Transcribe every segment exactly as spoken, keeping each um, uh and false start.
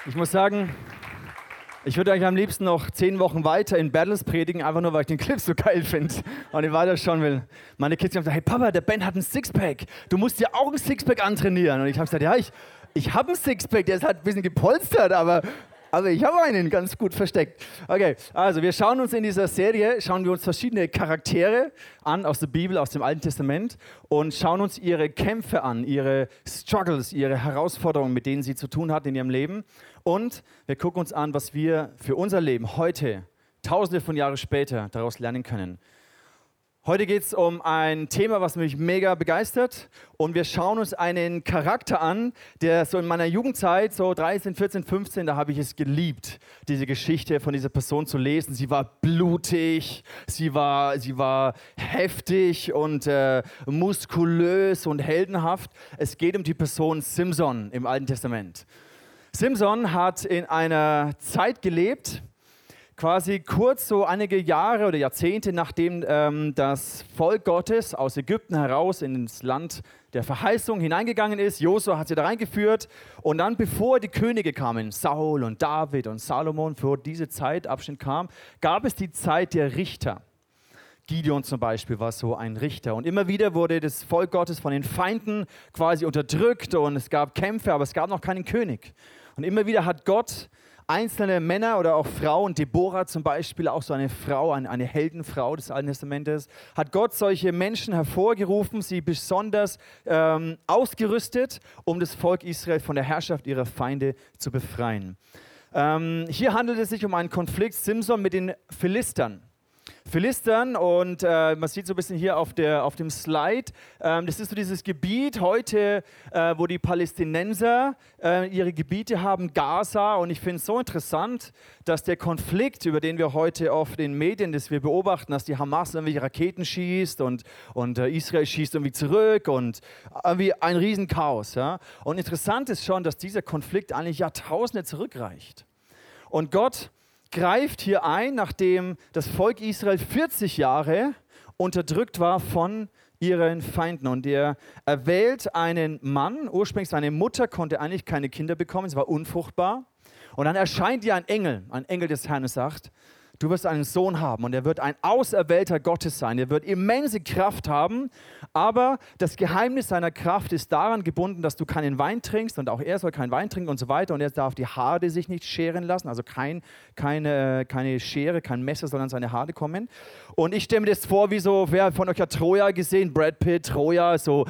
Ich muss sagen, ich würde eigentlich am liebsten noch zehn Wochen weiter in Battles predigen, einfach nur, weil ich den Clip so geil finde und ich weiter schauen will. Meine Kids haben gesagt, hey Papa, der Ben hat ein Sixpack, du musst dir auch ein Sixpack antrainieren. Und ich habe gesagt, ja, ich, ich habe ein Sixpack, der ist halt ein bisschen gepolstert, aber, aber ich habe einen ganz gut versteckt. Okay, also wir schauen uns in dieser Serie, schauen wir uns verschiedene Charaktere an aus der Bibel, aus dem Alten Testament und schauen uns ihre Kämpfe an, ihre Struggles, ihre Herausforderungen, mit denen sie zu tun hatten in ihrem Leben. Und wir gucken uns an, was wir für unser Leben heute, tausende von Jahren später, daraus lernen können. Heute geht es um ein Thema, was mich mega begeistert. Und wir schauen uns einen Charakter an, der so in meiner Jugendzeit, so dreizehn, vierzehn, fünfzehn, da habe ich es geliebt, diese Geschichte von dieser Person zu lesen. Sie war blutig, sie war, sie war heftig und äh, muskulös und heldenhaft. Es geht um die Person Simson im Alten Testament. Simson hat in einer Zeit gelebt, quasi kurz so einige Jahre oder Jahrzehnte, nachdem ähm, das Volk Gottes aus Ägypten heraus ins Land der Verheißung hineingegangen ist. Josua hat sie da reingeführt und dann, bevor die Könige kamen, Saul und David und Salomon, vor diese Zeitabschnitt kam, gab es die Zeit der Richter. Gideon zum Beispiel war so ein Richter. Und immer wieder wurde das Volk Gottes von den Feinden quasi unterdrückt und es gab Kämpfe, aber es gab noch keinen König. Und immer wieder hat Gott einzelne Männer oder auch Frauen, Deborah zum Beispiel, auch so eine Frau, eine, eine Heldenfrau des Alten Testamentes, hat Gott solche Menschen hervorgerufen, sie besonders ähm, ausgerüstet, um das Volk Israel von der Herrschaft ihrer Feinde zu befreien. Ähm, hier handelt es sich um einen Konflikt Simson mit den Philistern. Philistern und äh, man sieht so ein bisschen hier auf, der, auf dem Slide, ähm, das ist so dieses Gebiet heute, äh, wo die Palästinenser äh, ihre Gebiete haben, Gaza, und ich finde es so interessant, dass der Konflikt, über den wir heute oft in den Medien, das wir beobachten, dass die Hamas irgendwelche Raketen schießt und, und äh, Israel schießt irgendwie zurück und irgendwie ein Riesenchaos. Ja? Und interessant ist schon, dass dieser Konflikt eigentlich Jahrtausende zurückreicht. Und Gott greift hier ein, nachdem das Volk Israel vierzig Jahre unterdrückt war von ihren Feinden. Und er erwählt einen Mann, ursprünglich seine Mutter konnte eigentlich keine Kinder bekommen, sie war unfruchtbar. Und dann erscheint ihr ein Engel, ein Engel des Herrn und sagt, du wirst einen Sohn haben und er wird ein Auserwählter Gottes sein. Er wird immense Kraft haben, aber das Geheimnis seiner Kraft ist daran gebunden, dass du keinen Wein trinkst und auch er soll keinen Wein trinken und so weiter. Und er darf die Haare sich nicht scheren lassen, also kein, keine, keine Schere, kein Messer soll an seine Haare kommen. Und ich stelle mir das vor, wie so, wer von euch hat Troja gesehen? Brad Pitt, Troja, so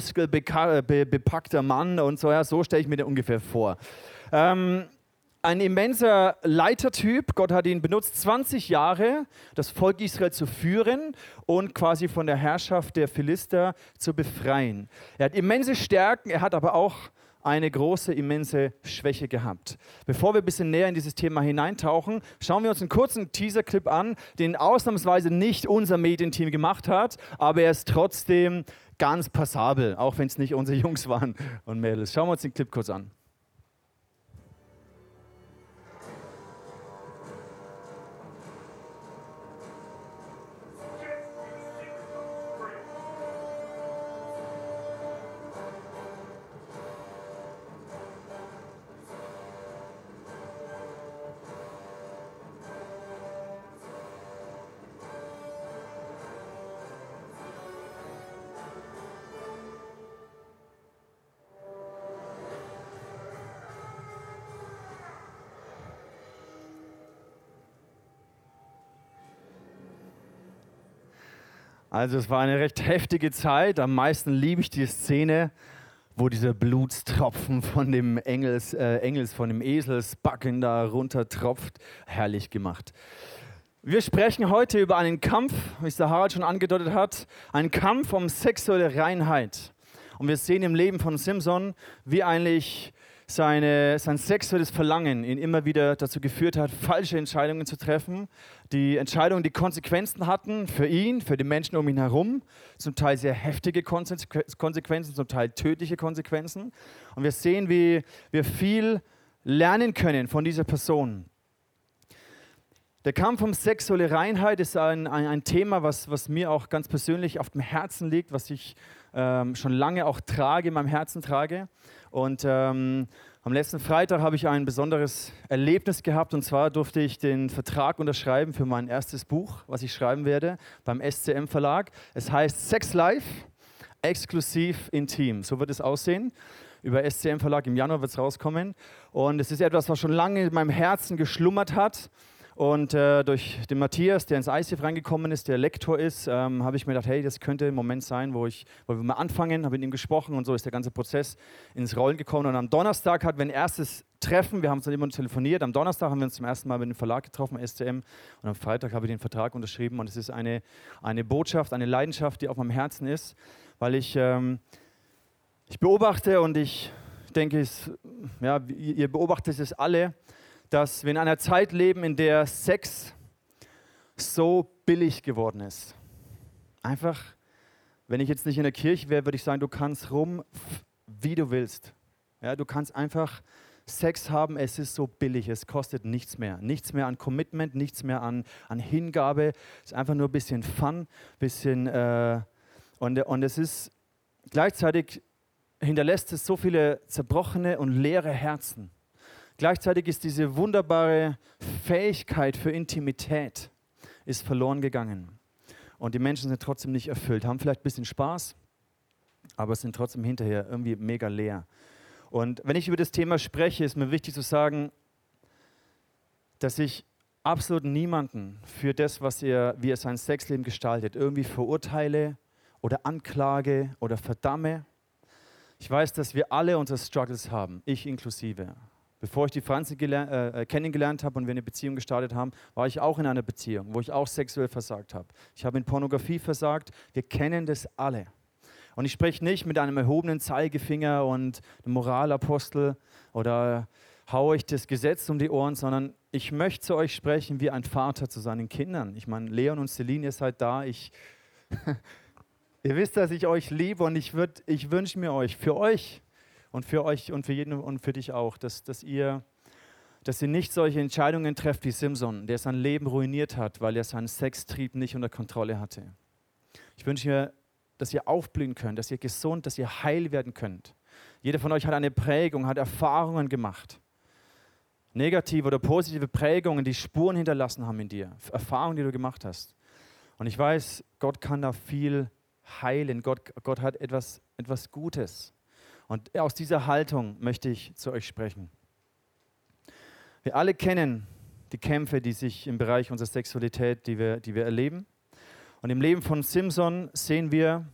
muskelbepackter Mann und so, ja, so stelle ich mir den ungefähr vor. Ähm, Ein immenser Leitertyp, Gott hat ihn benutzt, zwanzig Jahre das Volk Israel zu führen und quasi von der Herrschaft der Philister zu befreien. Er hat immense Stärken, er hat aber auch eine große, immense Schwäche gehabt. Bevor wir ein bisschen näher in dieses Thema hineintauchen, schauen wir uns einen kurzen Teaser-Clip an, den ausnahmsweise nicht unser Medienteam gemacht hat, aber er ist trotzdem ganz passabel, auch wenn es nicht unsere Jungs waren und Mädels. Schauen wir uns den Clip kurz an. Also es war eine recht heftige Zeit. Am meisten liebe ich die Szene, wo dieser Blutstropfen von dem Engels, äh, Engels, von dem Eselsbacken da runter tropft. Herrlich gemacht. Wir sprechen heute über einen Kampf, wie es der Harald schon angedeutet hat, einen Kampf um sexuelle Reinheit. Und wir sehen im Leben von Simson, wie eigentlich seine, sein sexuelles Verlangen ihn immer wieder dazu geführt hat, falsche Entscheidungen zu treffen. Die Entscheidungen, die Konsequenzen hatten für ihn, für die Menschen um ihn herum. Zum Teil sehr heftige Konsequenzen, zum Teil tödliche Konsequenzen. Und wir sehen, wie wir viel lernen können von dieser Person. Der Kampf um sexuelle Reinheit ist ein, ein, ein Thema, was, was mir auch ganz persönlich auf dem Herzen liegt, was ich ähm, schon lange auch trage, in meinem Herzen trage. Und ähm, Am letzten Freitag habe ich ein besonderes Erlebnis gehabt, und zwar durfte ich den Vertrag unterschreiben für mein erstes Buch, was ich schreiben werde beim S C M Verlag. Es heißt Sex Life, exklusiv intim. So wird es aussehen. Über S C M Verlag, im Januar wird es rauskommen. Und es ist etwas, was schon lange in meinem Herzen geschlummert hat. Und äh, durch den Matthias, der ins I C F reingekommen ist, der Lektor ist, ähm, habe ich mir gedacht, hey, das könnte ein Moment sein, wo, ich, wo wir mal anfangen, habe mit ihm gesprochen und so ist der ganze Prozess ins Rollen gekommen. Und am Donnerstag hatten wir ein erstes Treffen, wir haben uns dann immer telefoniert, am Donnerstag haben wir uns zum ersten Mal mit dem Verlag getroffen, S C M, und am Freitag habe ich den Vertrag unterschrieben und es ist eine, eine Botschaft, eine Leidenschaft, die auf meinem Herzen ist, weil ich, ähm, ich beobachte und ich denke, es, ja, ihr beobachtet es alle, dass wir in einer Zeit leben, in der Sex so billig geworden ist. Einfach, wenn ich jetzt nicht in der Kirche wäre, würde ich sagen, du kannst rum, wie du willst. Ja, du kannst einfach Sex haben, es ist so billig, es kostet nichts mehr. Nichts mehr an Commitment, nichts mehr an, an Hingabe. Es ist einfach nur ein bisschen Fun, bisschen, äh, und, und es ist gleichzeitig, hinterlässt es so viele zerbrochene und leere Herzen. Gleichzeitig ist diese wunderbare Fähigkeit für Intimität ist verloren gegangen. Und die Menschen sind trotzdem nicht erfüllt, haben vielleicht ein bisschen Spaß, aber sind trotzdem hinterher irgendwie mega leer. Und wenn ich über das Thema spreche, ist mir wichtig zu sagen, dass ich absolut niemanden für das, was er, wie er sein Sexleben gestaltet, irgendwie verurteile oder anklage oder verdamme. Ich weiß, dass wir alle unsere Struggles haben, ich inklusive. Bevor ich die Franzi äh, kennengelernt habe und wir eine Beziehung gestartet haben, war ich auch in einer Beziehung, wo ich auch sexuell versagt habe. Ich habe in Pornografie versagt. Wir kennen das alle. Und ich spreche nicht mit einem erhobenen Zeigefinger und einem Moralapostel oder haue ich das Gesetz um die Ohren, sondern ich möchte zu euch sprechen wie ein Vater zu seinen Kindern. Ich meine, Leon und Celine, ihr seid da. Ich, ihr wisst, dass ich euch liebe und ich, würd, ich wünsche mir euch, für euch, und für euch und für jeden und für dich auch, dass, dass, ihr, dass ihr nicht solche Entscheidungen trefft wie Simson, der sein Leben ruiniert hat, weil er seinen Sextrieb nicht unter Kontrolle hatte. Ich wünsche mir, dass ihr aufblühen könnt, dass ihr gesund, dass ihr heil werden könnt. Jeder von euch hat eine Prägung, hat Erfahrungen gemacht. Negative oder positive Prägungen, die Spuren hinterlassen haben in dir. Erfahrungen, die du gemacht hast. Und ich weiß, Gott kann da viel heilen. Gott, Gott hat etwas, etwas Gutes. Und aus dieser Haltung möchte ich zu euch sprechen. Wir alle kennen die Kämpfe, die sich im Bereich unserer Sexualität, die wir, die wir erleben. Und im Leben von Simson sehen wir,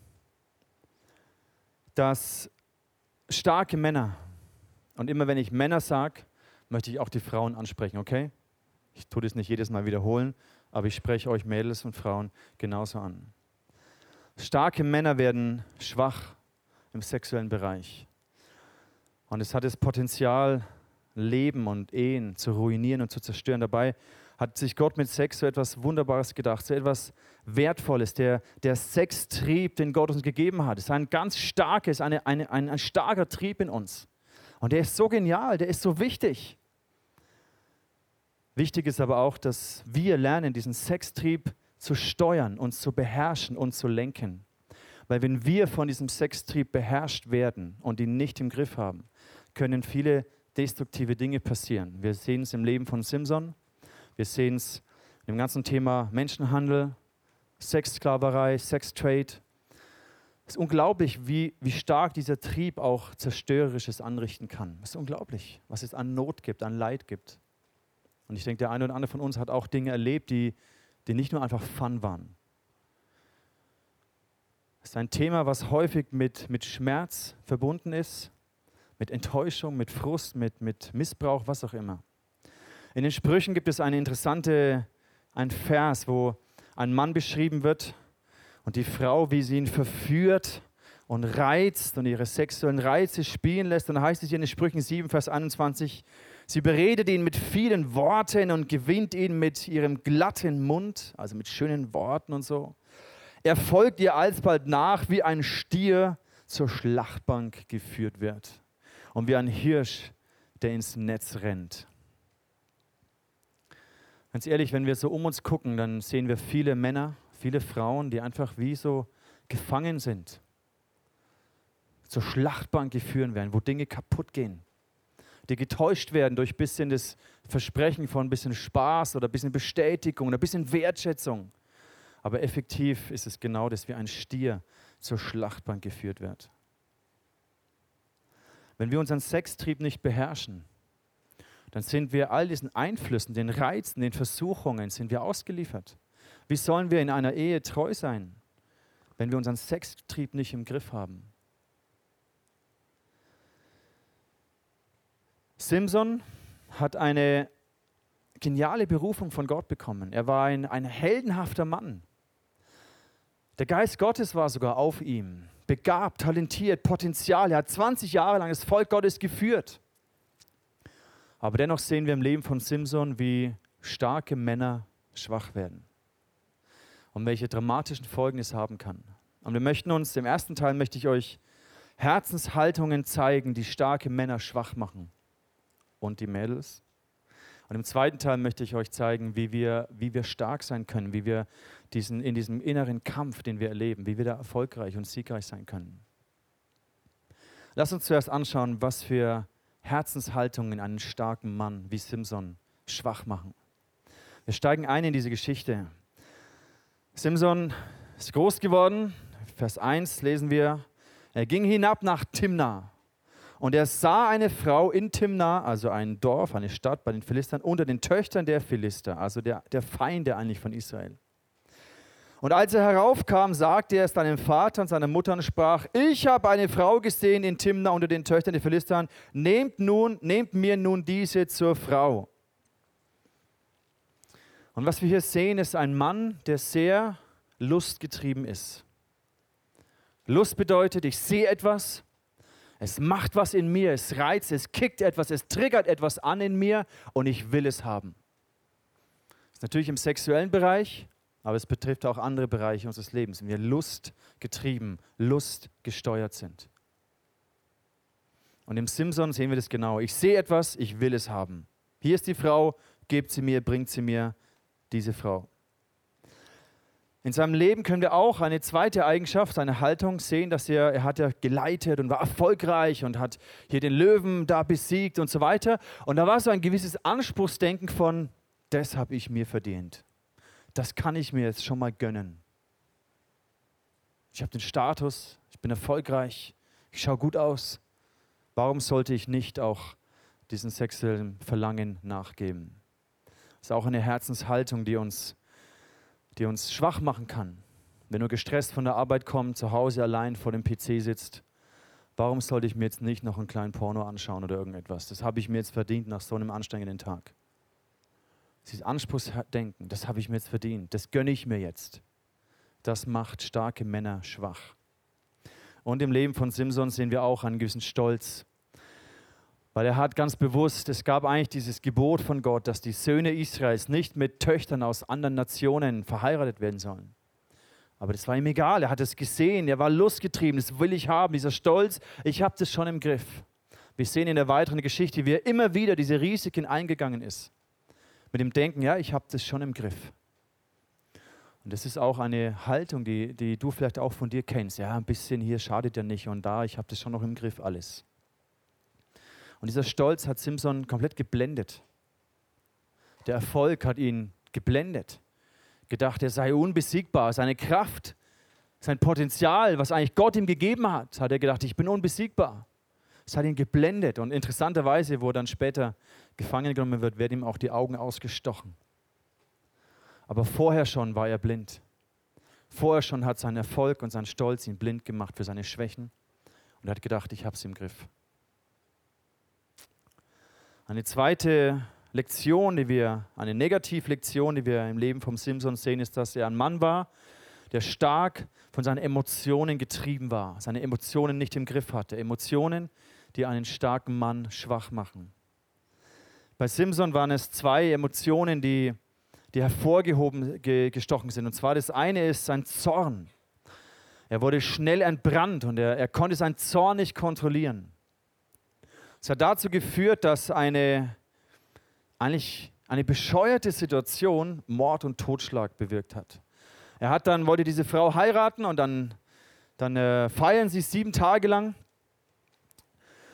dass starke Männer, und immer wenn ich Männer sage, möchte ich auch die Frauen ansprechen, okay? Ich tue das nicht jedes Mal wiederholen, aber ich spreche euch Mädels und Frauen genauso an. Starke Männer werden schwach im sexuellen Bereich. Und es hat das Potenzial, Leben und Ehen zu ruinieren und zu zerstören. Dabei hat sich Gott mit Sex so etwas Wunderbares gedacht, so etwas Wertvolles. Der, der Sextrieb, den Gott uns gegeben hat, ist ein ganz starkes, eine, eine, ein, ein starker Trieb in uns. Und der ist so genial, der ist so wichtig. Wichtig ist aber auch, dass wir lernen, diesen Sextrieb zu steuern, uns zu beherrschen und zu lenken. Weil wenn wir von diesem Sextrieb beherrscht werden und ihn nicht im Griff haben, können viele destruktive Dinge passieren. Wir sehen es im Leben von Simson, wir sehen es im ganzen Thema Menschenhandel, Sexsklaverei, Sextrade. Es ist unglaublich, wie, wie stark dieser Trieb auch Zerstörerisches anrichten kann. Es ist unglaublich, was es an Not gibt, an Leid gibt. Und ich denke, der eine oder andere von uns hat auch Dinge erlebt, die, die nicht nur einfach Fun waren. Es ist ein Thema, was häufig mit, mit Schmerz verbunden ist, mit Enttäuschung, mit Frust, mit, mit Missbrauch, was auch immer. In den Sprüchen gibt es eine interessante, ein Vers, wo ein Mann beschrieben wird und die Frau, wie sie ihn verführt und reizt und ihre sexuellen Reize spielen lässt. Und da heißt es hier in den Sprüchen sieben, Vers einundzwanzig, sie beredet ihn mit vielen Worten und gewinnt ihn mit ihrem glatten Mund, also mit schönen Worten und so. Er folgt ihr alsbald nach, wie ein Stier zur Schlachtbank geführt wird und wie ein Hirsch, der ins Netz rennt. Ganz ehrlich, wenn wir so um uns gucken, dann sehen wir viele Männer, viele Frauen, die einfach wie so gefangen sind, zur Schlachtbank geführt werden, wo Dinge kaputt gehen, die getäuscht werden durch ein bisschen das Versprechen von ein bisschen Spaß oder ein bisschen Bestätigung oder ein bisschen Wertschätzung. Aber effektiv ist es genau, dass wie ein Stier zur Schlachtbank geführt wird. Wenn wir unseren Sextrieb nicht beherrschen, dann sind wir all diesen Einflüssen, den Reizen, den Versuchungen, sind wir ausgeliefert. Wie sollen wir in einer Ehe treu sein, wenn wir unseren Sextrieb nicht im Griff haben? Simson hat eine geniale Berufung von Gott bekommen. Er war ein, ein heldenhafter Mann. Der Geist Gottes war sogar auf ihm. Begabt, talentiert, Potenzial. Er hat zwanzig Jahre lang das Volk Gottes geführt. Aber dennoch sehen wir im Leben von Simson, wie starke Männer schwach werden. Und welche dramatischen Folgen es haben kann. Und wir möchten uns, im ersten Teil möchte ich euch Herzenshaltungen zeigen, die starke Männer schwach machen. Und die Mädels. Und im zweiten Teil möchte ich euch zeigen, wie wir, wie wir stark sein können, wie wir diesen, in diesem inneren Kampf, den wir erleben, wie wir da erfolgreich und siegreich sein können. Lass uns zuerst anschauen, was für Herzenshaltungen einen starken Mann wie Simson schwach machen. Wir steigen ein in diese Geschichte. Simson ist groß geworden. Vers eins lesen wir, er ging hinab nach Timna. Und er sah eine Frau in Timna, also ein Dorf, eine Stadt bei den Philistern, unter den Töchtern der Philister, also der, der Feinde eigentlich von Israel. Und als er heraufkam, sagte er es seinem Vater und seiner Mutter und sprach, ich habe eine Frau gesehen in Timna unter den Töchtern der Philistern, nehmt, nun, nehmt mir nun diese zur Frau. Und was wir hier sehen, ist ein Mann, der sehr lustgetrieben ist. Lust bedeutet, ich sehe etwas, es macht was in mir, es reizt, es kickt etwas, es triggert etwas an in mir und ich will es haben. Das ist natürlich im sexuellen Bereich, aber es betrifft auch andere Bereiche unseres Lebens, wenn wir lustgetrieben, lustgesteuert sind. Und im Simson sehen wir das genau. Ich sehe etwas, ich will es haben. Hier ist die Frau, gebt sie mir, bringt sie mir, diese Frau. In seinem Leben können wir auch eine zweite Eigenschaft, seine Haltung sehen, dass er, er hat ja geleitet und war erfolgreich und hat hier den Löwen da besiegt und so weiter. Und da war so ein gewisses Anspruchsdenken von, das habe ich mir verdient. Das kann ich mir jetzt schon mal gönnen. Ich habe den Status, ich bin erfolgreich, ich schaue gut aus. Warum sollte ich nicht auch diesen sexuellen Verlangen nachgeben? Das ist auch eine Herzenshaltung, die uns die uns schwach machen kann. Wenn du gestresst von der Arbeit kommst, zu Hause allein vor dem P C sitzt, warum sollte ich mir jetzt nicht noch einen kleinen Porno anschauen oder irgendetwas? Das habe ich mir jetzt verdient nach so einem anstrengenden Tag. Dieses Anspruchsdenken, das habe ich mir jetzt verdient, das gönne ich mir jetzt. Das macht starke Männer schwach. Und im Leben von Simson sehen wir auch einen gewissen Stolz. Weil er hat ganz bewusst, es gab eigentlich dieses Gebot von Gott, dass die Söhne Israels nicht mit Töchtern aus anderen Nationen verheiratet werden sollen. Aber das war ihm egal, er hat es gesehen, er war lustgetrieben, das will ich haben, dieser Stolz, ich habe das schon im Griff. Wir sehen in der weiteren Geschichte, wie er immer wieder diese Risiken eingegangen ist. Mit dem Denken, ja, ich habe das schon im Griff. Und das ist auch eine Haltung, die, die du vielleicht auch von dir kennst. Ja, ein bisschen hier schadet ja nicht und da, ich habe das schon noch im Griff alles. Und dieser Stolz hat Simson komplett geblendet. Der Erfolg hat ihn geblendet. Gedacht, er sei unbesiegbar. Seine Kraft, sein Potenzial, was eigentlich Gott ihm gegeben hat, hat er gedacht, ich bin unbesiegbar. Es hat ihn geblendet. Und interessanterweise, wo er dann später gefangen genommen wird, werden ihm auch die Augen ausgestochen. Aber vorher schon war er blind. Vorher schon hat sein Erfolg und sein Stolz ihn blind gemacht für seine Schwächen. Und er hat gedacht, ich habe es im Griff. Eine zweite Lektion, die wir, eine Negativlektion, die wir im Leben von Simson sehen, ist, dass er ein Mann war, der stark von seinen Emotionen getrieben war, seine Emotionen nicht im Griff hatte. Emotionen, die einen starken Mann schwach machen. Bei Simson waren es zwei Emotionen, die, die hervorgehoben ge, gestochen sind. Und zwar das eine ist sein Zorn. Er wurde schnell entbrannt und er, er konnte seinen Zorn nicht kontrollieren. Es hat dazu geführt, dass eine, eigentlich eine bescheuerte Situation Mord und Totschlag bewirkt hat. Er hat dann, wollte diese Frau heiraten und dann, dann äh, feiern sie sieben Tage lang.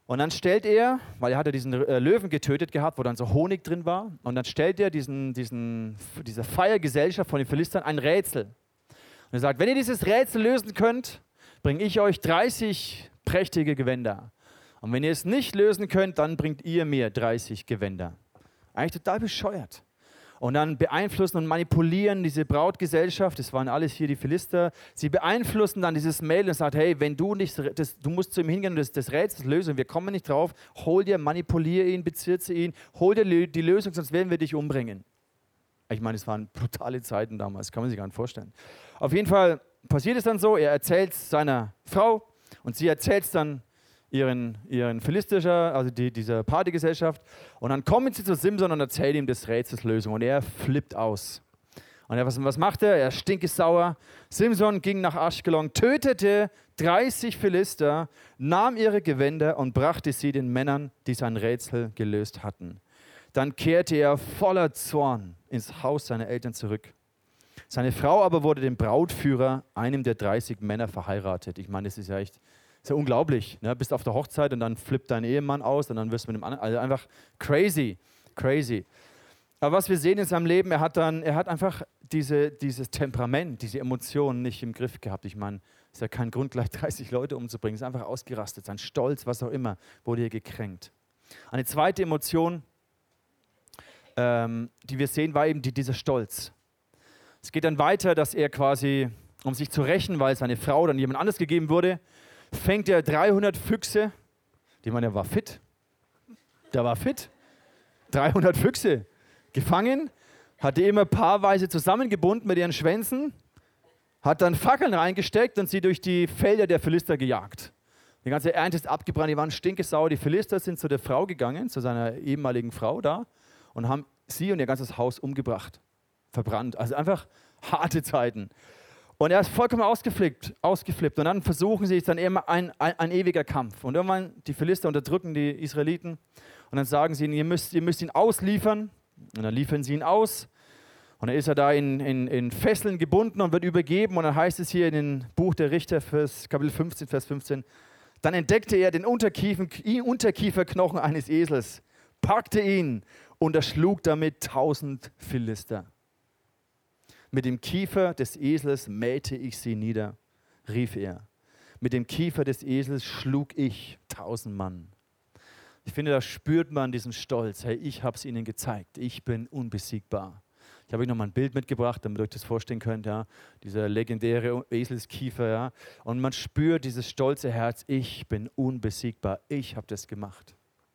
Und dann stellt er, weil er hatte diesen Löwen getötet gehabt, wo dann so Honig drin war, und dann stellt er diesen, diesen, dieser Feiergesellschaft von den Philistern ein Rätsel. Und er sagt, wenn ihr dieses Rätsel lösen könnt, bringe ich euch dreißig prächtige Gewänder. Und wenn ihr es nicht lösen könnt, dann bringt ihr mir dreißig Gewänder. Eigentlich total bescheuert. Und dann beeinflussen und manipulieren diese Brautgesellschaft, das waren alles hier die Philister, sie beeinflussen dann dieses Mädel und sagen, hey, wenn du nicht, das, du musst zu ihm hingehen und das, das Rätsel lösen, wir kommen nicht drauf, hol dir, manipuliere ihn, bezirze ihn, hol dir die Lösung, sonst werden wir dich umbringen. Ich meine, es waren brutale Zeiten damals, kann man sich gar nicht vorstellen. Auf jeden Fall passiert es dann so, er erzählt es seiner Frau und sie erzählt es dann ihren, ihren Philistischer, also die, dieser Partygesellschaft. Und dann kommen sie zu Simson und erzählen ihm des Rätsels Lösung. Und er flippt aus. Und er, was, was macht er? Er stinkesauer. Simson ging nach Aschkelon, tötete dreißig Philister, nahm ihre Gewänder und brachte sie den Männern, die sein Rätsel gelöst hatten. Dann kehrte er voller Zorn ins Haus seiner Eltern zurück. Seine Frau aber wurde dem Brautführer, einem der dreißig Männer, verheiratet. Ich meine, das ist ja echt... Das ist ja unglaublich. Ne? Bist auf der Hochzeit und dann flippt dein Ehemann aus und dann wirst du mit dem anderen. Also einfach crazy, crazy. Aber was wir sehen in seinem Leben, er hat dann, er hat einfach diese, dieses Temperament, diese Emotionen nicht im Griff gehabt. Ich meine, es ist ja kein Grund, gleich dreißig Leute umzubringen. Es ist einfach ausgerastet. Sein Stolz, was auch immer, wurde hier gekränkt. Eine zweite Emotion, ähm, die wir sehen, war eben die, dieser Stolz. Es geht dann weiter, dass er quasi, um sich zu rächen, weil seine Frau dann jemand anders gegeben wurde, fängt er dreihundert Füchse, die man, der war fit, der war fit, dreihundert Füchse gefangen, hat die immer paarweise zusammengebunden mit ihren Schwänzen, hat dann Fackeln reingesteckt und sie durch die Felder der Philister gejagt. Die ganze Ernte ist abgebrannt, die waren stinkesauer. Die Philister sind zu der Frau gegangen, zu seiner ehemaligen Frau da und haben sie und ihr ganzes Haus umgebracht, verbrannt. Also einfach harte Zeiten. Und er ist vollkommen ausgeflippt, ausgeflippt. Und dann versuchen sie es dann immer ein, ein, ein ewiger Kampf. Und irgendwann, die Philister unterdrücken die Israeliten. Und dann sagen sie ihnen, ihr müsst, ihr müsst ihn ausliefern. Und dann liefern sie ihn aus. Und dann ist er da in, in, in Fesseln gebunden und wird übergeben. Und dann heißt es hier in dem Buch der Richter, Vers, Kapitel fünfzehn, Vers fünfzehn, dann entdeckte er den Unterkieferknochen eines Esels, packte ihn und erschlug damit tausend Philister. Mit dem Kiefer des Esels mähte ich sie nieder, rief er. Mit dem Kiefer des Esels schlug ich tausend Mann. Ich finde, da spürt man diesen Stolz. Hey, ich habe es ihnen gezeigt. Ich bin unbesiegbar. Ich habe euch nochmal ein Bild mitgebracht, damit ihr euch das vorstellen könnt. Ja? Dieser legendäre Eselskiefer. Ja? Und man spürt dieses stolze Herz. Ich bin unbesiegbar. Ich habe das gemacht.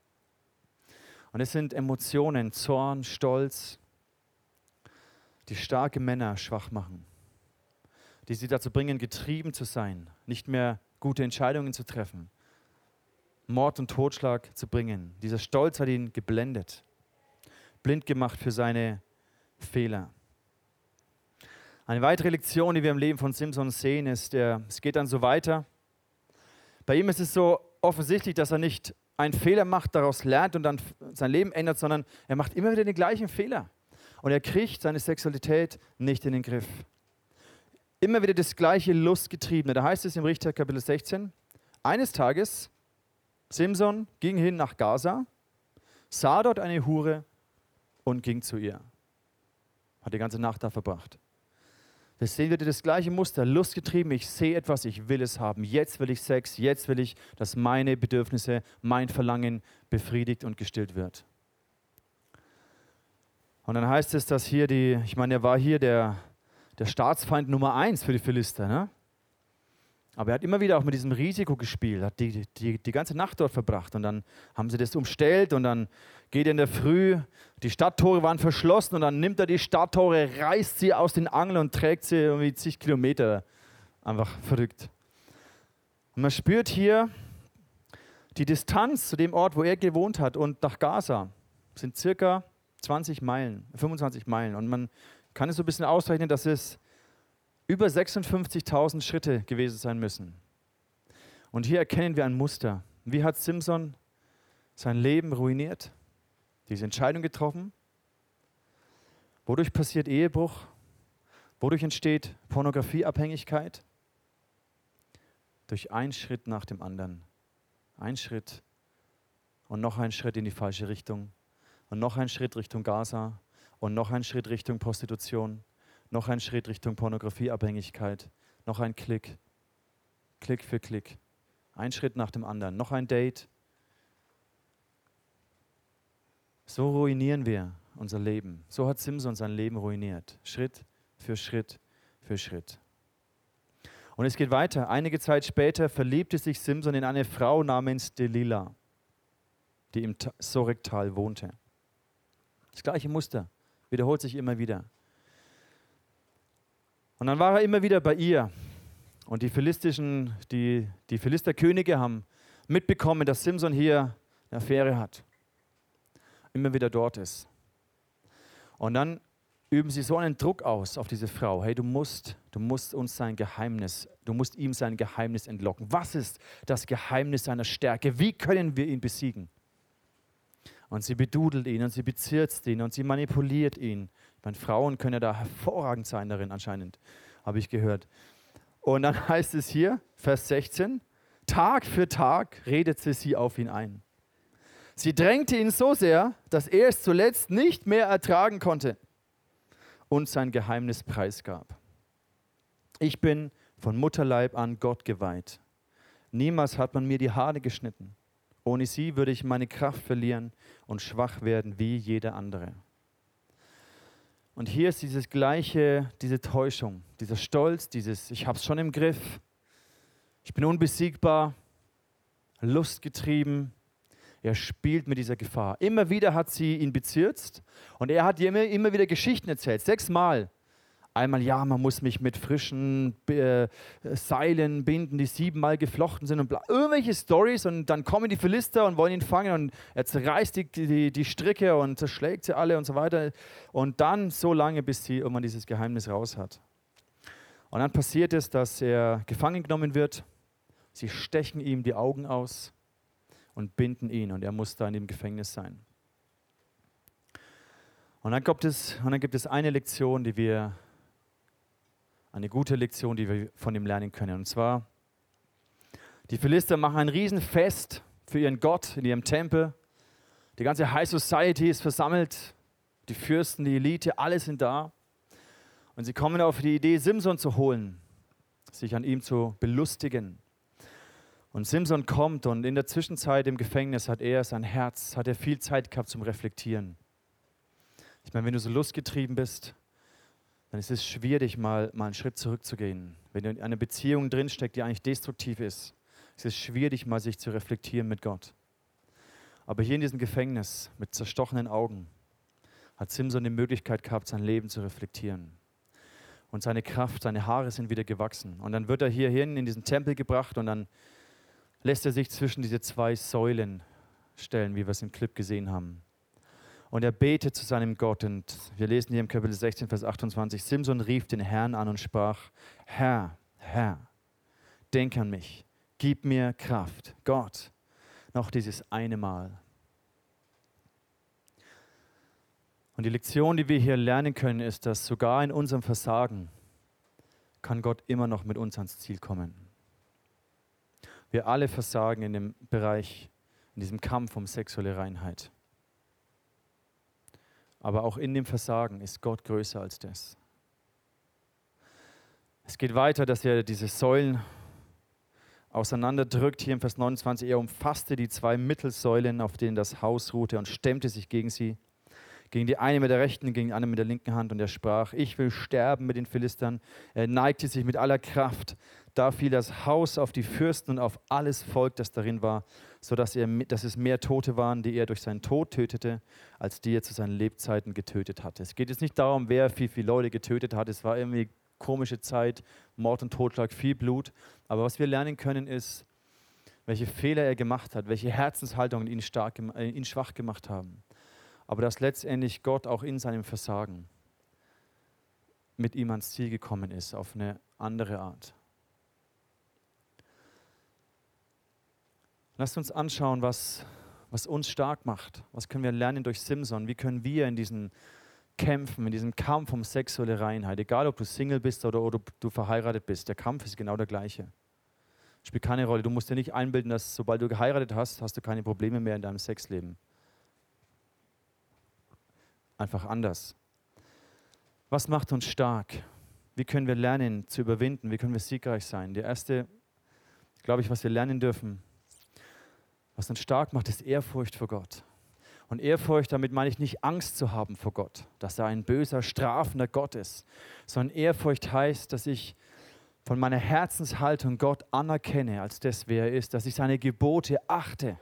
Und es sind Emotionen, Zorn, Stolz, die starke Männer schwach machen, die sie dazu bringen, getrieben zu sein, nicht mehr gute Entscheidungen zu treffen, Mord und Totschlag zu bringen. Dieser Stolz hat ihn geblendet, blind gemacht für seine Fehler. Eine weitere Lektion, die wir im Leben von Simson sehen, ist, der, es geht dann so weiter. Bei ihm ist es so offensichtlich, dass er nicht einen Fehler macht, daraus lernt und dann sein Leben ändert, sondern er macht immer wieder den gleichen Fehler. Und er kriegt seine Sexualität nicht in den Griff. Immer wieder das gleiche Lustgetriebene. Da heißt es im Richter Kapitel sechzehn, eines Tages, Simson ging hin nach Gaza, sah dort eine Hure und ging zu ihr. Hat die ganze Nacht da verbracht. Wir sehen wieder das gleiche Muster, lustgetrieben, ich sehe etwas, ich will es haben. Jetzt will ich Sex, jetzt will ich, dass meine Bedürfnisse, mein Verlangen befriedigt und gestillt wird. Und dann heißt es, dass hier die, ich meine, er war hier der, der Staatsfeind Nummer eins für die Philister, ne? Aber er hat immer wieder auch mit diesem Risiko gespielt, hat die, die, die ganze Nacht dort verbracht und dann haben sie das umstellt und dann geht er in der Früh, die Stadttore waren verschlossen und dann nimmt er die Stadttore, reißt sie aus den Angeln und trägt sie irgendwie zig Kilometer. Einfach verrückt. Und man spürt hier die Distanz zu dem Ort, wo er gewohnt hat und nach Gaza sind circa zwanzig Meilen, fünfundzwanzig Meilen. Und man kann es so ein bisschen ausrechnen, dass es über sechsundfünfzigtausend Schritte gewesen sein müssen. Und hier erkennen wir ein Muster. Wie hat Simson sein Leben ruiniert? Diese Entscheidung getroffen? Wodurch passiert Ehebruch? Wodurch entsteht Pornografieabhängigkeit? Durch einen Schritt nach dem anderen. Ein Schritt Und noch ein Schritt in die falsche Richtung. Und noch ein Schritt Richtung Gaza. Und noch ein Schritt Richtung Prostitution. Noch ein Schritt Richtung Pornografieabhängigkeit. Noch ein Klick. Klick für Klick. Ein Schritt nach dem anderen. Noch ein Date. So ruinieren wir unser Leben. So hat Simson sein Leben ruiniert. Schritt für Schritt für Schritt. Und es geht weiter. Einige Zeit später verliebte sich Simson in eine Frau namens Delila, die im Sorek-Tal wohnte. Das gleiche Muster wiederholt sich immer wieder. Und dann war er immer wieder bei ihr. Und die philistischen, die, die Philisterkönige haben mitbekommen, dass Simson hier eine Affäre hat. Immer wieder dort ist. Und dann üben sie so einen Druck aus auf diese Frau. Hey, du musst, du musst uns sein Geheimnis, du musst ihm sein Geheimnis entlocken. Was ist das Geheimnis seiner Stärke? Wie können wir ihn besiegen? Und sie bedudelt ihn und sie bezirzt ihn und sie manipuliert ihn. Ich meine, Frauen können ja da hervorragend sein darin anscheinend, habe ich gehört. Und dann heißt es hier, Vers sechzehn, Tag für Tag redete sie auf ihn ein. Sie drängte ihn so sehr, dass er es zuletzt nicht mehr ertragen konnte und sein Geheimnis preisgab. Ich bin von Mutterleib an Gott geweiht. Niemals hat man mir die Haare geschnitten. Ohne sie würde ich meine Kraft verlieren und schwach werden wie jeder andere. Und hier ist dieses gleiche, diese Täuschung, dieser Stolz, dieses ich habe es schon im Griff, ich bin unbesiegbar, lustgetrieben. Er spielt mit dieser Gefahr. Immer wieder hat sie ihn bezirzt und er hat ihr immer, immer wieder Geschichten erzählt. Sechsmal. Einmal, ja, man muss mich mit frischen äh, Seilen binden, die siebenmal geflochten sind und bla. Irgendwelche Storys und dann kommen die Philister und wollen ihn fangen und er zerreißt die, die, die Stricke und zerschlägt sie alle und so weiter. Und dann so lange, bis sie irgendwann dieses Geheimnis raus hat. Und dann passiert es, dass er gefangen genommen wird. Sie stechen ihm die Augen aus und binden ihn und er muss da in dem Gefängnis sein. Und dann gibt es, und dann gibt es eine Lektion, die wir, eine gute Lektion, die wir von ihm lernen können. Und zwar, die Philister machen ein Riesenfest für ihren Gott in ihrem Tempel. Die ganze High Society ist versammelt, die Fürsten, die Elite, alle sind da. Und sie kommen auf die Idee, Simson zu holen, sich an ihm zu belustigen. Und Simson kommt und in der Zwischenzeit im Gefängnis hat er sein Herz, hat er viel Zeit gehabt zum Reflektieren. Ich meine, wenn du so lustgetrieben bist, dann ist es schwierig, mal, mal einen Schritt zurückzugehen. Wenn du in einer Beziehung drinsteckst, die eigentlich destruktiv ist, ist es schwierig, mal sich zu reflektieren mit Gott. Aber hier in diesem Gefängnis mit zerstochenen Augen hat Simson die Möglichkeit gehabt, sein Leben zu reflektieren. Und seine Kraft, seine Haare sind wieder gewachsen. Und dann wird er hierhin in diesen Tempel gebracht und dann lässt er sich zwischen diese zwei Säulen stellen, wie wir es im Clip gesehen haben. Und er betet zu seinem Gott. Und wir lesen hier im Kapitel sechzehn, Vers achtundzwanzig. Simson rief den Herrn an und sprach, Herr, Herr, denk an mich, gib mir Kraft. Gott, noch dieses eine Mal. Und die Lektion, die wir hier lernen können, ist, dass sogar in unserem Versagen kann Gott immer noch mit uns ans Ziel kommen. Wir alle versagen in dem Bereich, in diesem Kampf um sexuelle Reinheit. Aber auch in dem Versagen ist Gott größer als das. Es geht weiter, dass er diese Säulen auseinanderdrückt. Hier im Vers neunundzwanzig, er umfasste die zwei Mittelsäulen, auf denen das Haus ruhte und stemmte sich gegen sie. Gegen die eine mit der rechten, gegen die andere mit der linken Hand. Und er sprach, ich will sterben mit den Philistern. Er neigte sich mit aller Kraft. Da fiel das Haus auf die Fürsten und auf alles Volk, das darin war, sodass er, dass es mehr Tote waren, die er durch seinen Tod tötete, als die er zu seinen Lebzeiten getötet hatte. Es geht jetzt nicht darum, wer wie viele Leute getötet hat. Es war irgendwie komische Zeit, Mord und Totschlag, viel Blut. Aber was wir lernen können, ist, welche Fehler er gemacht hat, welche Herzenshaltungen ihn, stark, ihn schwach gemacht haben. Aber dass letztendlich Gott auch in seinem Versagen mit ihm ans Ziel gekommen ist, auf eine andere Art. Lasst uns anschauen, was, was uns stark macht. Was können wir lernen durch Simson? Wie können wir in diesen Kämpfen, in diesem Kampf um sexuelle Reinheit, egal ob du Single bist oder, oder du verheiratet bist, der Kampf ist genau der gleiche. Spielt keine Rolle. Du musst dir nicht einbilden, dass sobald du geheiratet hast, hast du keine Probleme mehr in deinem Sexleben. Einfach anders. Was macht uns stark? Wie können wir lernen zu überwinden? Wie können wir siegreich sein? Der erste, glaube ich, was wir lernen dürfen, was uns stark macht, ist Ehrfurcht vor Gott. Und Ehrfurcht, damit meine ich nicht Angst zu haben vor Gott, dass er ein böser, strafender Gott ist, sondern Ehrfurcht heißt, dass ich von meiner Herzenshaltung Gott anerkenne als das, wer er ist, dass ich seine Gebote achte.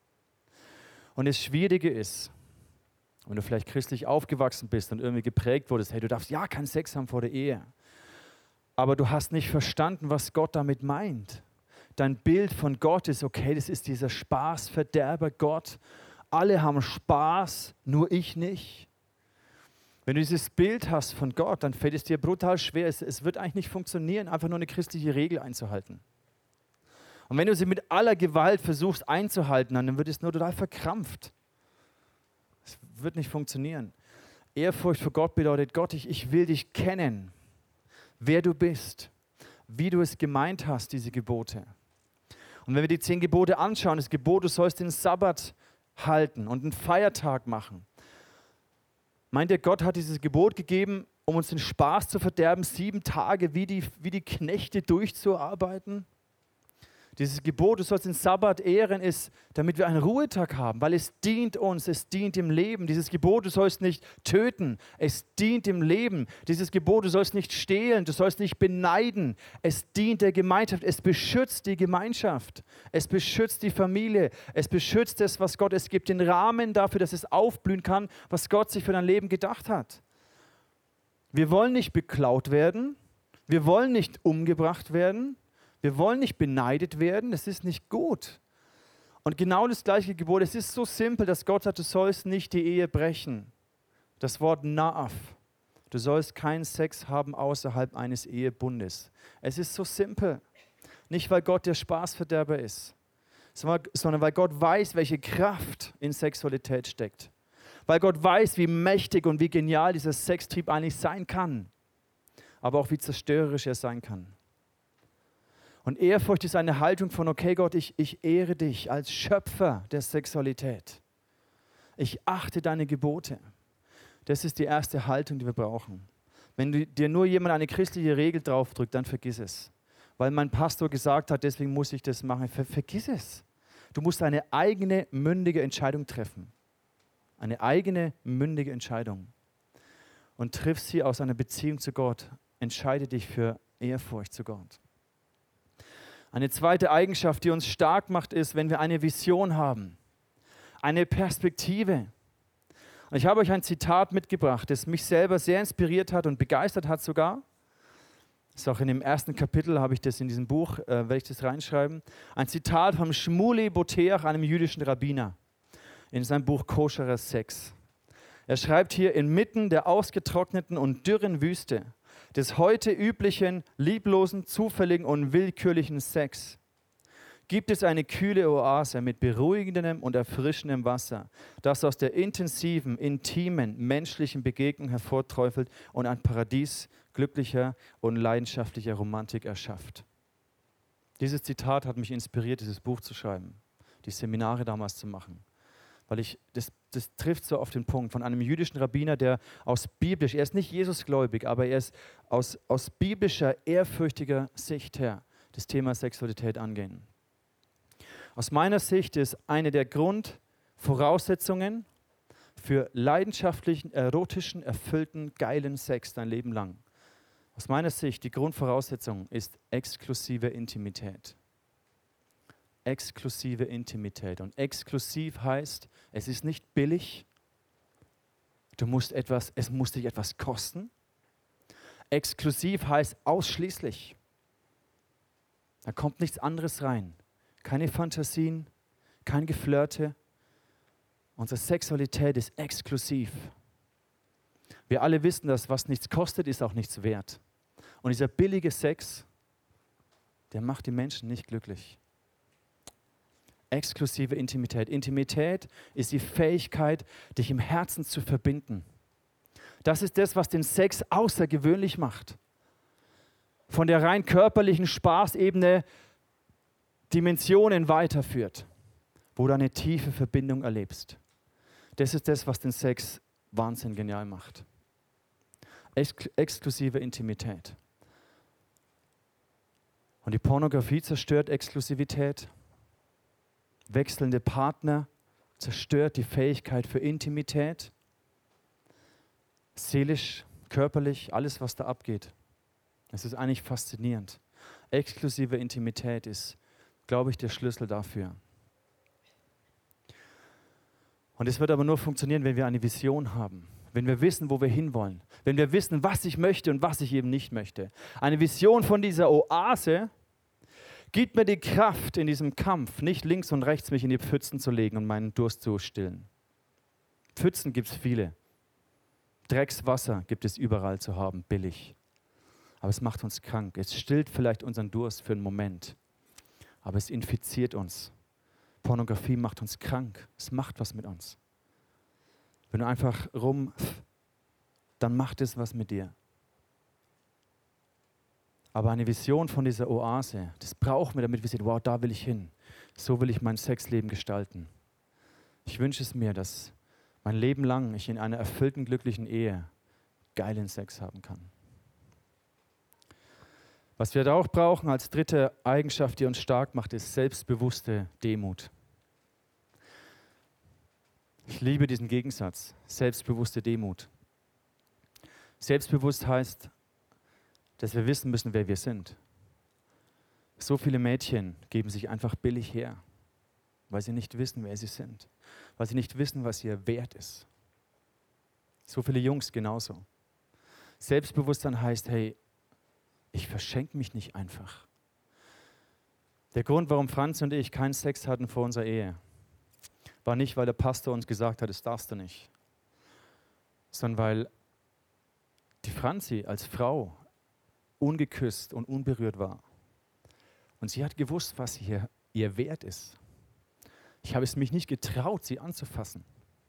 Und das Schwierige ist, wenn du vielleicht christlich aufgewachsen bist und irgendwie geprägt wurdest, hey, du darfst ja keinen Sex haben vor der Ehe, aber du hast nicht verstanden, was Gott damit meint. Dein Bild von Gott ist, okay, das ist dieser Spaßverderber Gott. Alle haben Spaß, nur ich nicht. Wenn du dieses Bild hast von Gott, dann fällt es dir brutal schwer. Es, es wird eigentlich nicht funktionieren, einfach nur eine christliche Regel einzuhalten. Und wenn du sie mit aller Gewalt versuchst einzuhalten, dann wird es nur total verkrampft. Es wird nicht funktionieren. Ehrfurcht vor Gott bedeutet, Gott, ich, ich will dich kennen, wer du bist, wie du es gemeint hast, diese Gebote. Und wenn wir die zehn Gebote anschauen, das Gebot, du sollst den Sabbat halten und einen Feiertag machen. Meint ihr, Gott hat dieses Gebot gegeben, um uns den Spaß zu verderben, sieben Tage wie die, wie die Knechte durchzuarbeiten? Dieses Gebot, du sollst den Sabbat ehren, ist, damit wir einen Ruhetag haben, weil es dient uns, es dient dem Leben. Dieses Gebot, du sollst nicht töten, es dient dem Leben. Dieses Gebot, du sollst nicht stehlen, du sollst nicht beneiden, es dient der Gemeinschaft, es beschützt die Gemeinschaft, es beschützt die Familie, es beschützt das, was Gott, es gibt den Rahmen dafür, dass es aufblühen kann, was Gott sich für dein Leben gedacht hat. Wir wollen nicht beklaut werden, wir wollen nicht umgebracht werden, wir wollen nicht beneidet werden, das ist nicht gut. Und genau das gleiche Gebot, es ist so simpel, dass Gott sagt, du sollst nicht die Ehe brechen. Das Wort Na'af, du sollst keinen Sex haben außerhalb eines Ehebundes. Es ist so simpel. Nicht, weil Gott der Spaßverderber ist, sondern weil Gott weiß, welche Kraft in Sexualität steckt. Weil Gott weiß, wie mächtig und wie genial dieser Sextrieb eigentlich sein kann, aber auch wie zerstörerisch er sein kann. Und Ehrfurcht ist eine Haltung von, okay Gott, ich, ich ehre dich als Schöpfer der Sexualität. Ich achte deine Gebote. Das ist die erste Haltung, die wir brauchen. Wenn du, dir nur jemand eine christliche Regel draufdrückt, dann vergiss es. Weil mein Pastor gesagt hat, deswegen muss ich das machen. Ver, vergiss es. Du musst eine eigene, mündige Entscheidung treffen. Eine eigene, mündige Entscheidung. Und triff sie aus einer Beziehung zu Gott. Entscheide dich für Ehrfurcht zu Gott. Eine zweite Eigenschaft, die uns stark macht, ist, wenn wir eine Vision haben, eine Perspektive. Und ich habe euch ein Zitat mitgebracht, das mich selber sehr inspiriert hat und begeistert hat sogar. Das ist auch in dem ersten Kapitel, habe ich das in diesem Buch, äh, werde ich das reinschreiben. Ein Zitat von Shmuley Boteach, einem jüdischen Rabbiner, in seinem Buch Koscherer Sex. Er schreibt hier, inmitten der ausgetrockneten und dürren Wüste des heute üblichen, lieblosen, zufälligen und willkürlichen Sex gibt es eine kühle Oase mit beruhigendem und erfrischendem Wasser, das aus der intensiven, intimen, menschlichen Begegnung hervorträufelt und ein Paradies glücklicher und leidenschaftlicher Romantik erschafft. Dieses Zitat hat mich inspiriert, dieses Buch zu schreiben, die Seminare damals zu machen. Weil ich, das, das trifft so auf den Punkt von einem jüdischen Rabbiner, der aus biblisch, er ist nicht Jesusgläubig, aber er ist aus, aus biblischer, ehrfürchtiger Sicht her das Thema Sexualität angehen. Aus meiner Sicht ist eine der Grundvoraussetzungen für leidenschaftlichen, erotischen, erfüllten, geilen Sex dein Leben lang. Aus meiner Sicht, die Grundvoraussetzung ist exklusive Intimität. Exklusive Intimität. Und exklusiv heißt, es ist nicht billig. Du musst etwas, es muss dich etwas kosten. Exklusiv heißt ausschließlich. Da kommt nichts anderes rein. Keine Fantasien, kein Geflirte. Unsere Sexualität ist exklusiv. Wir alle wissen, dass was nichts kostet, ist auch nichts wert. Und dieser billige Sex, der macht die Menschen nicht glücklich. Exklusive Intimität. Intimität ist die Fähigkeit, dich im Herzen zu verbinden. Das ist das, was den Sex außergewöhnlich macht. Von der rein körperlichen Spaßebene Dimensionen weiterführt, wo du eine tiefe Verbindung erlebst. Das ist das, was den Sex wahnsinnig genial macht. Ex- exklusive Intimität. Und die Pornografie zerstört Exklusivität. Wechselnde Partner zerstört die Fähigkeit für Intimität. Seelisch, körperlich, alles, was da abgeht. Es ist eigentlich faszinierend. Exklusive Intimität ist, glaube ich, der Schlüssel dafür. Und es wird aber nur funktionieren, wenn wir eine Vision haben. Wenn wir wissen, wo wir hinwollen. Wenn wir wissen, was ich möchte und was ich eben nicht möchte. Eine Vision von dieser Oase gibt mir die Kraft in diesem Kampf, nicht links und rechts mich in die Pfützen zu legen und meinen Durst zu stillen. Pfützen gibt es viele. Dreckswasser gibt es überall zu haben, billig. Aber es macht uns krank. Es stillt vielleicht unseren Durst für einen Moment. Aber es infiziert uns. Pornografie macht uns krank. Es macht was mit uns. Wenn du einfach rum, dann macht es was mit dir. Aber eine Vision von dieser Oase, das brauchen wir, damit wir sehen, wow, da will ich hin. So will ich mein Sexleben gestalten. Ich wünsche es mir, dass mein Leben lang ich in einer erfüllten, glücklichen Ehe geilen Sex haben kann. Was wir da auch brauchen als dritte Eigenschaft, die uns stark macht, ist selbstbewusste Demut. Ich liebe diesen Gegensatz, selbstbewusste Demut. Selbstbewusst heißt, dass wir wissen müssen, wer wir sind. So viele Mädchen geben sich einfach billig her, weil sie nicht wissen, wer sie sind, weil sie nicht wissen, was ihr Wert ist. So viele Jungs genauso. Selbstbewusstsein heißt, hey, ich verschenke mich nicht einfach. Der Grund, warum Franz und ich keinen Sex hatten vor unserer Ehe, war nicht, weil der Pastor uns gesagt hat, das darfst du nicht, sondern weil die Franzi als Frau ungeküsst und unberührt war. Und sie hat gewusst, was ihr, ihr Wert ist. Ich habe es mich nicht getraut, sie anzufassen.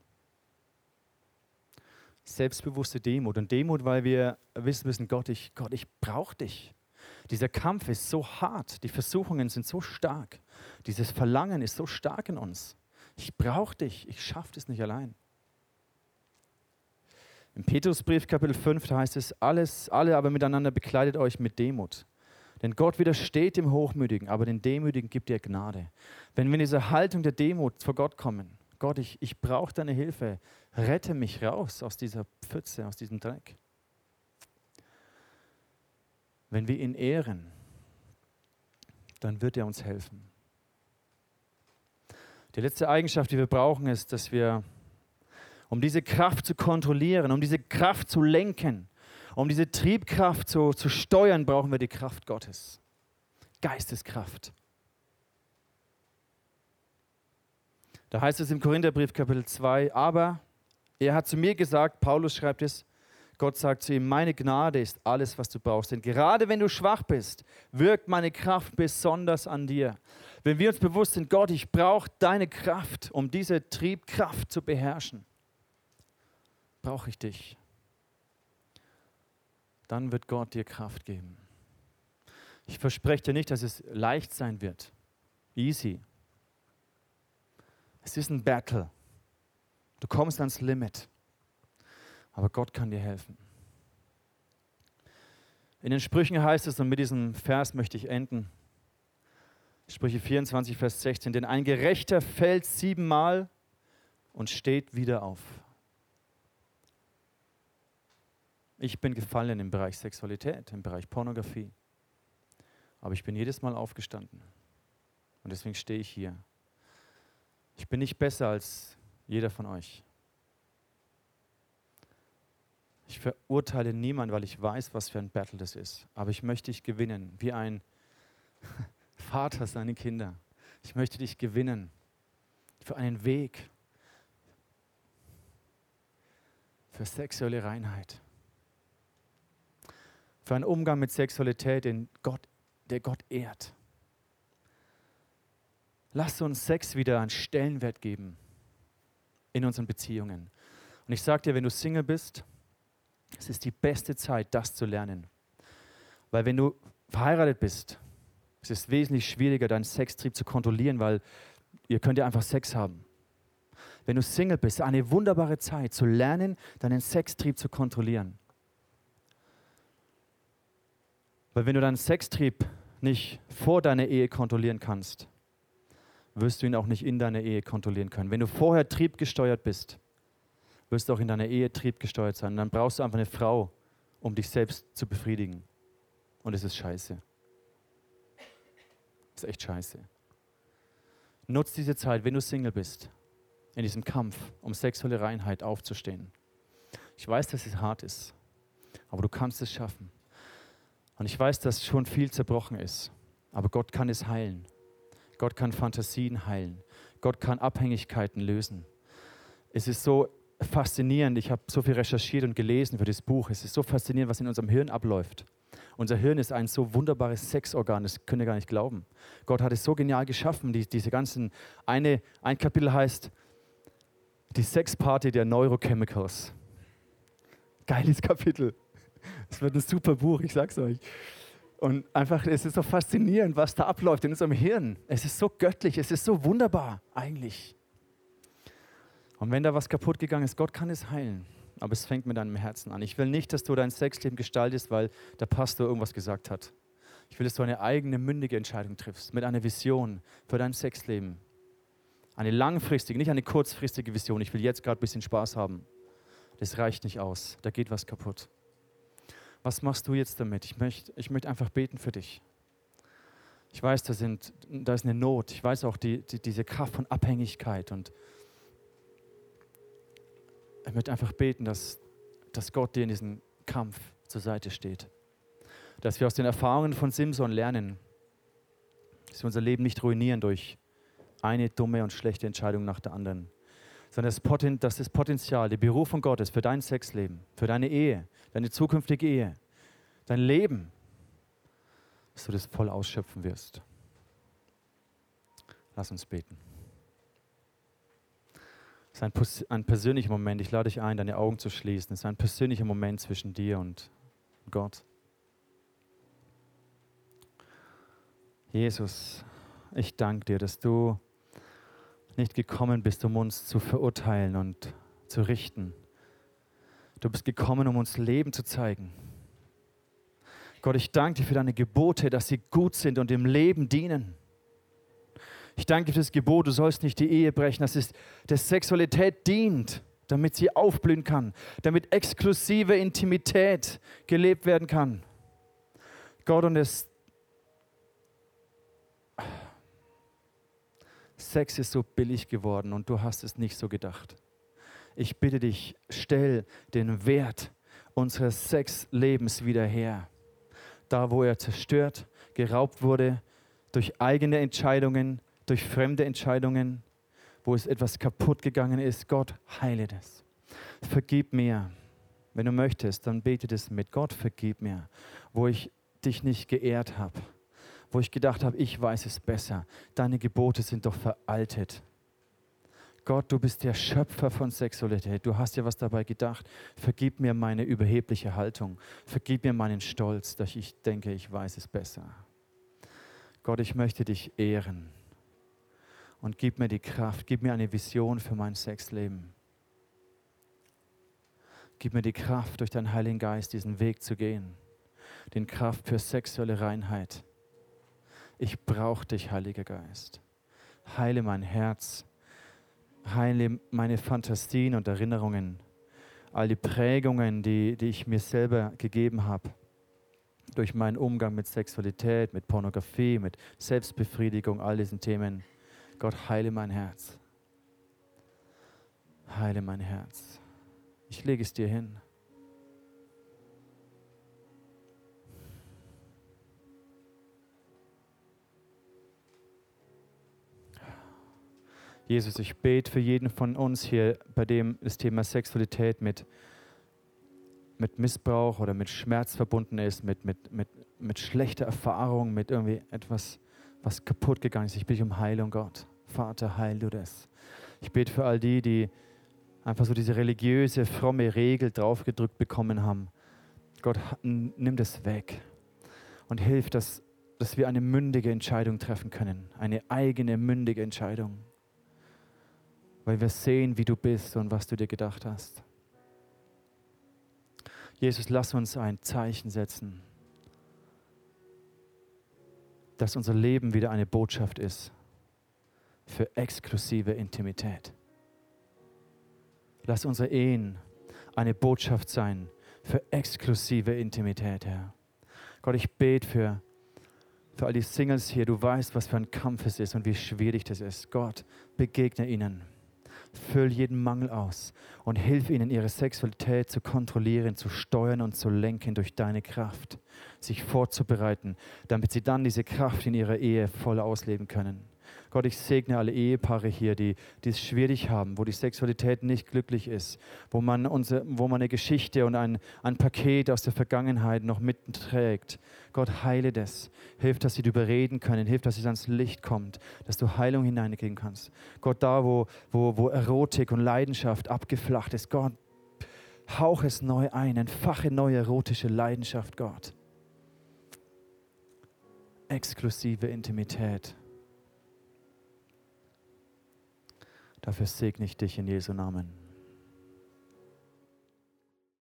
Selbstbewusste Demut. Und Demut, weil wir wissen müssen, Gott, ich, Gott, ich brauche dich. Dieser Kampf ist so hart, die Versuchungen sind so stark, dieses Verlangen ist so stark in uns. Ich brauche dich, ich schaffe es nicht allein. Im Petrusbrief Kapitel fünf, da heißt es, alles, alle aber miteinander bekleidet euch mit Demut. Denn Gott widersteht dem Hochmütigen, aber den Demütigen gibt er Gnade. Wenn wir in dieser Haltung der Demut vor Gott kommen, Gott, ich, ich brauche deine Hilfe, rette mich raus aus dieser Pfütze, aus diesem Dreck. Wenn wir ihn ehren, dann wird er uns helfen. Die letzte Eigenschaft, die wir brauchen, ist, dass wir, um diese Kraft zu kontrollieren, um diese Kraft zu lenken, um diese Triebkraft zu, zu steuern, brauchen wir die Kraft Gottes. Geisteskraft. Da heißt es im Korintherbrief Kapitel zwei, aber er hat zu mir gesagt, Paulus schreibt es, Gott sagt zu ihm, meine Gnade ist alles, was du brauchst. Denn gerade wenn du schwach bist, wirkt meine Kraft besonders an dir. Wenn wir uns bewusst sind, Gott, ich brauche deine Kraft, um diese Triebkraft zu beherrschen, brauche ich dich. Dann wird Gott dir Kraft geben. Ich verspreche dir nicht, dass es leicht sein wird. Easy. Es ist ein Battle. Du kommst ans Limit. Aber Gott kann dir helfen. In den Sprüchen heißt es, und mit diesem Vers möchte ich enden, Sprüche vierundzwanzig, Vers sechzehn, denn ein Gerechter fällt siebenmal und steht wieder auf. Ich bin gefallen im Bereich Sexualität, im Bereich Pornografie. Aber ich bin jedes Mal aufgestanden. Und deswegen stehe ich hier. Ich bin nicht besser als jeder von euch. Ich verurteile niemanden, weil ich weiß, was für ein Battle das ist. Aber ich möchte dich gewinnen, wie ein Vater seine Kinder. Ich möchte dich gewinnen für einen Weg, für sexuelle Reinheit, für einen Umgang mit Sexualität, den Gott, der Gott ehrt. Lass uns Sex wieder einen Stellenwert geben in unseren Beziehungen. Und ich sage dir, wenn du Single bist, es ist die beste Zeit, das zu lernen. Weil wenn du verheiratet bist, Es ist wesentlich schwieriger, deinen Sextrieb zu kontrollieren, weil ihr könnt ja einfach Sex haben. Wenn du Single bist, eine wunderbare Zeit zu lernen, deinen Sextrieb zu kontrollieren. Weil wenn du deinen Sextrieb nicht vor deiner Ehe kontrollieren kannst, wirst du ihn auch nicht in deiner Ehe kontrollieren können. Wenn du vorher triebgesteuert bist, wirst du auch in deiner Ehe triebgesteuert sein. Und dann brauchst du einfach eine Frau, um dich selbst zu befriedigen. Und es ist scheiße. Das ist echt scheiße. Nutz diese Zeit, wenn du Single bist, in diesem Kampf um sexuelle Reinheit aufzustehen. Ich weiß, dass es hart ist, aber du kannst es schaffen. Und ich weiß, dass schon viel zerbrochen ist, aber Gott kann es heilen. Gott kann Fantasien heilen. Gott kann Abhängigkeiten lösen. Es ist so faszinierend, ich habe so viel recherchiert und gelesen für das Buch. Es ist so faszinierend, was in unserem Hirn abläuft. Unser Hirn ist ein so wunderbares Sexorgan, das könnt ihr gar nicht glauben. Gott hat es so genial geschaffen, die, diese ganzen, eine, ein Kapitel heißt die Sexparty der Neurochemicals. Geiles Kapitel. Es wird ein super Buch, ich sag's euch. Und einfach, es ist so faszinierend, was da abläuft in unserem Hirn. Es ist so göttlich, es ist so wunderbar eigentlich. Und wenn da was kaputt gegangen ist, Gott kann es heilen. Aber es fängt mit deinem Herzen an. Ich will nicht, dass du dein Sexleben gestaltest, weil der Pastor irgendwas gesagt hat. Ich will, dass du eine eigene, mündige Entscheidung triffst, mit einer Vision für dein Sexleben. Eine langfristige, nicht eine kurzfristige Vision. Ich will jetzt gerade ein bisschen Spaß haben. Das reicht nicht aus. Da geht was kaputt. Was machst du jetzt damit? Ich möchte, ich möchte einfach beten für dich. Ich weiß, da, sind, da ist eine Not. Ich weiß auch die, die, diese Kraft von Abhängigkeit. Und ich möchte einfach beten, dass, dass Gott dir in diesem Kampf zur Seite steht. Dass wir aus den Erfahrungen von Simson lernen, dass wir unser Leben nicht ruinieren durch eine dumme und schlechte Entscheidung nach der anderen, sondern das, Poten, dass das Potenzial, die Berufung Gottes für dein Sexleben, für deine Ehe, deine zukünftige Ehe, dein Leben, dass du das voll ausschöpfen wirst. Lass uns beten. Es ist ein, ein persönlicher Moment. Ich lade dich ein, deine Augen zu schließen. Es ist ein persönlicher Moment zwischen dir und Gott. Jesus, ich danke dir, dass du nicht gekommen bist, um uns zu verurteilen und zu richten. Du bist gekommen, um uns Leben zu zeigen. Gott, ich danke dir für deine Gebote, dass sie gut sind und dem Leben dienen. Ich danke dir für das Gebot, du sollst nicht die Ehe brechen, dass es der Sexualität dient, damit sie aufblühen kann, damit exklusive Intimität gelebt werden kann. Gott, und es Sex ist so billig geworden und du hast es nicht so gedacht. Ich bitte dich, stell den Wert unseres Sexlebens wieder her. Da, wo er zerstört, geraubt wurde, durch eigene Entscheidungen, durch fremde Entscheidungen, wo es etwas kaputt gegangen ist. Gott, heile das. Vergib mir. Wenn du möchtest, dann bete das mit. Gott, vergib mir, wo ich dich nicht geehrt habe, wo ich gedacht habe, ich weiß es besser. Deine Gebote sind doch veraltet. Gott, du bist der Schöpfer von Sexualität. Du hast ja was dabei gedacht. Vergib mir meine überhebliche Haltung. Vergib mir meinen Stolz, dass ich denke, ich weiß es besser. Gott, ich möchte dich ehren. Und gib mir die Kraft, gib mir eine Vision für mein Sexleben. Gib mir die Kraft, durch deinen Heiligen Geist diesen Weg zu gehen. Den Kraft für sexuelle Reinheit. Ich brauche dich, Heiliger Geist. Heile mein Herz. Heile meine Fantasien und Erinnerungen. All die Prägungen, die, die ich mir selber gegeben habe. Durch meinen Umgang mit Sexualität, mit Pornografie, mit Selbstbefriedigung, all diesen Themen. Gott, heile mein Herz. Heile mein Herz. Ich lege es dir hin. Jesus, ich bete für jeden von uns hier, bei dem das Thema Sexualität mit, mit Missbrauch oder mit Schmerz verbunden ist, mit, mit, mit, mit schlechter Erfahrung, mit irgendwie etwas, was kaputt gegangen ist. Ich bitte um Heilung, Gott. Vater, heil du das. Ich bete für all die, die einfach so diese religiöse, fromme Regel draufgedrückt bekommen haben. Gott, nimm das weg und hilf, dass, dass wir eine mündige Entscheidung treffen können. Eine eigene mündige Entscheidung. Weil wir sehen, wie du bist und was du dir gedacht hast. Jesus, lass uns ein Zeichen setzen, dass unser Leben wieder eine Botschaft ist für exklusive Intimität. Lass unsere Ehen eine Botschaft sein für exklusive Intimität, Herr. Gott, ich bete für, für all die Singles hier. Du weißt, was für ein Kampf es ist und wie schwierig das ist. Gott, begegne ihnen. Füll jeden Mangel aus und hilf ihnen, ihre Sexualität zu kontrollieren, zu steuern und zu lenken durch deine Kraft, sich vorzubereiten, damit sie dann diese Kraft in ihrer Ehe voll ausleben können. Gott, ich segne alle Ehepaare hier, die, die es schwierig haben, wo die Sexualität nicht glücklich ist, wo man, unsere, wo man eine Geschichte und ein, ein Paket aus der Vergangenheit noch mitträgt. Gott, heile das. Hilf, dass sie darüber reden können. Hilf, dass es ans Licht kommt, dass du Heilung hineingeben kannst. Gott, da, wo, wo, wo Erotik und Leidenschaft abgeflacht ist, Gott, hauch es neu ein, entfache neue erotische Leidenschaft, Gott. Exklusive Intimität. Dafür segne ich dich in Jesu Namen.